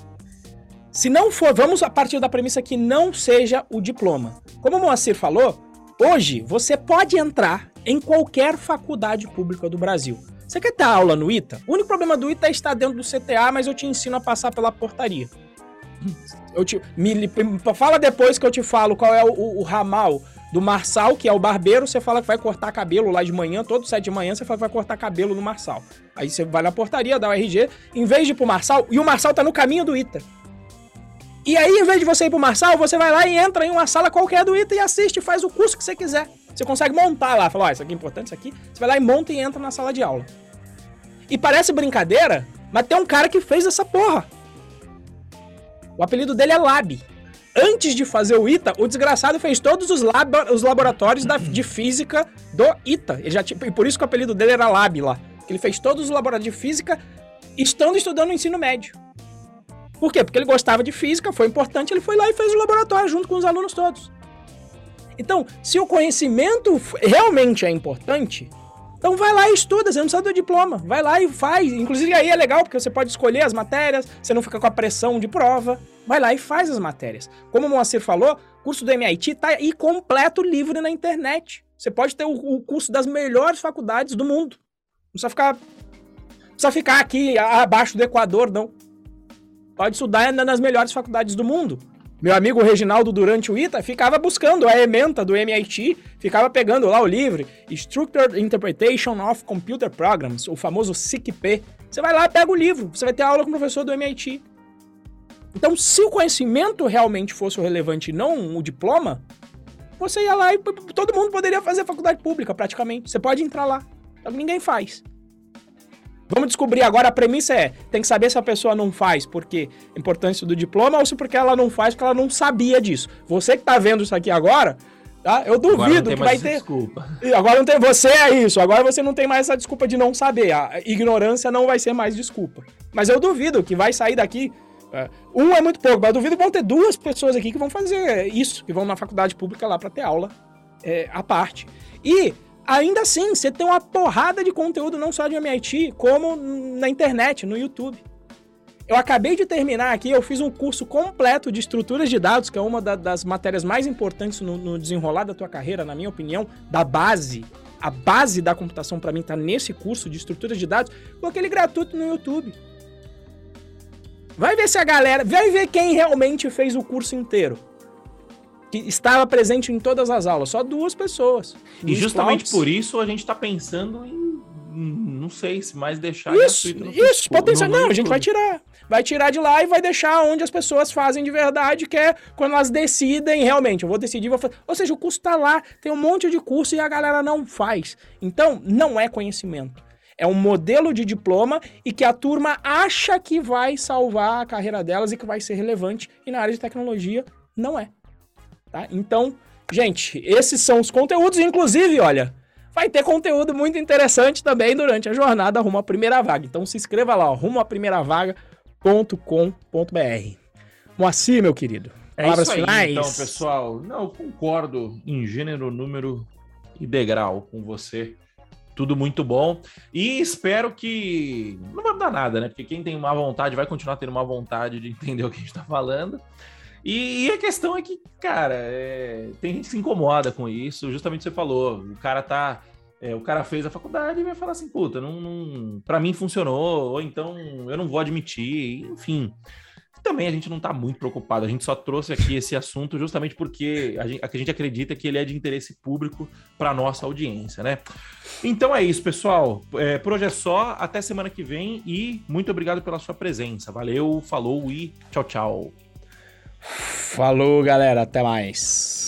Se não for, vamos a partir da premissa que não seja o diploma. Como o Moacir falou, hoje você pode entrar em qualquer faculdade pública do Brasil. Você quer ter aula no I T A? O único problema do I T A é estar dentro do C T A, mas eu te ensino a passar pela portaria. Eu te, me, fala depois que eu te falo qual é o, o, o ramal do Marçal, que é o barbeiro. Você fala que vai cortar cabelo lá de manhã, todo sete de manhã você fala que vai cortar cabelo no Marçal. Aí você vai na portaria, dá o R G, em vez de ir pro Marçal, e o Marçal tá no caminho do I T A. E aí, em vez de você ir pro Marçal, você vai lá e entra em uma sala qualquer do I T A e assiste, faz o curso que você quiser. Você consegue montar lá, fala, ó, oh, isso aqui é importante, isso aqui. Você vai lá e monta e entra na sala de aula. E parece brincadeira, mas tem um cara que fez essa porra. O apelido dele é Lab. Antes de fazer o I T A, o desgraçado fez todos os, lab, os laboratórios da, de física do I T A. Ele já, e por isso que o apelido dele era Lab lá. Ele fez todos os laboratórios de física estando estudando no ensino médio. Por quê? Porque ele gostava de física, foi importante, ele foi lá e fez o laboratório junto com os alunos todos. Então, se o conhecimento realmente é importante, então vai lá e estuda, você não precisa do diploma. Vai lá e faz. Inclusive aí é legal, porque você pode escolher as matérias, você não fica com a pressão de prova. Vai lá e faz as matérias. Como o Moacir falou, o curso do M I T tá aí completo, livre na internet. Você pode ter o, o curso das melhores faculdades do mundo. Não precisa ficar, não precisa ficar aqui abaixo do Equador, não. Pode estudar nas melhores faculdades do mundo. Meu amigo Reginaldo, durante o I T A, ficava buscando a ementa do M I T, ficava pegando lá o livro Structured Interpretation of Computer Programs, o famoso S I C P. Você vai lá e pega o livro, você vai ter aula com o professor do M I T. Então, se o conhecimento realmente fosse o relevante e não o diploma, você ia lá e todo mundo poderia fazer faculdade pública, praticamente. Você pode entrar lá. Só que ninguém faz. Vamos descobrir agora, a premissa é, tem que saber se a pessoa não faz porque a importância do diploma ou se porque ela não faz porque ela não sabia disso. Você que tá vendo isso aqui agora, tá? Eu duvido que vai ter... Desculpa. Agora não tem... Você é isso, agora você não tem mais essa desculpa de não saber. A ignorância não vai ser mais desculpa. Mas eu duvido que vai sair daqui... Um é muito pouco, mas eu duvido que vão ter duas pessoas aqui que vão fazer isso, que vão na faculdade pública lá para ter aula é, à parte. E... ainda assim, você tem uma porrada de conteúdo, não só de M I T, como na internet, no YouTube. Eu acabei de terminar aqui, eu fiz um curso completo de estruturas de dados, que é uma da, das matérias mais importantes no, no desenrolar da tua carreira, na minha opinião, da base. A base da computação, para mim, tá nesse curso de estruturas de dados. Coloquei ele gratuito no YouTube. Vai ver se a galera... Vai ver quem realmente fez o curso inteiro. Que estava presente em todas as aulas. Só duas pessoas. E justamente Clouds. Por isso a gente está pensando em... Não sei se mais deixar... Isso, isso. Pode pensar. Não, a gente vai tirar. Vai tirar de lá e vai deixar onde as pessoas fazem de verdade, que é quando elas decidem realmente. Eu vou decidir, vou fazer. Ou seja, o curso tá lá, tem um monte de curso e a galera não faz. Então, não é conhecimento. É um modelo de diploma e que a turma acha que vai salvar a carreira delas e que vai ser relevante. E na área de tecnologia, não é. Tá? Então, gente, esses são os conteúdos. Inclusive, olha, vai ter conteúdo muito interessante também durante a jornada Rumo à Primeira Vaga. Então, se inscreva lá, ó, rumo à primeira vaga ponto com ponto b r. Moacir, meu querido, palavras é isso aí, finais. Então, pessoal, não, eu concordo em gênero, número e degrau com você. Tudo muito bom. E espero que... Não vai mudar nada, né? Porque quem tem má vontade vai continuar tendo má vontade de entender o que a gente tá falando. E, e a questão é que, cara, é... tem gente que se incomoda com isso. Justamente você falou, o cara tá... É, o cara fez a faculdade e vai falar assim, puta, não, não, pra mim funcionou, ou então eu não vou admitir, enfim. Também a gente não tá muito preocupado, a gente só trouxe aqui esse assunto justamente porque a gente, a gente acredita que ele é de interesse público para nossa audiência, né? Então é isso, pessoal. É, por hoje é só, até semana que vem e muito obrigado pela sua presença. Valeu, falou e tchau, tchau. Falou, galera, até mais.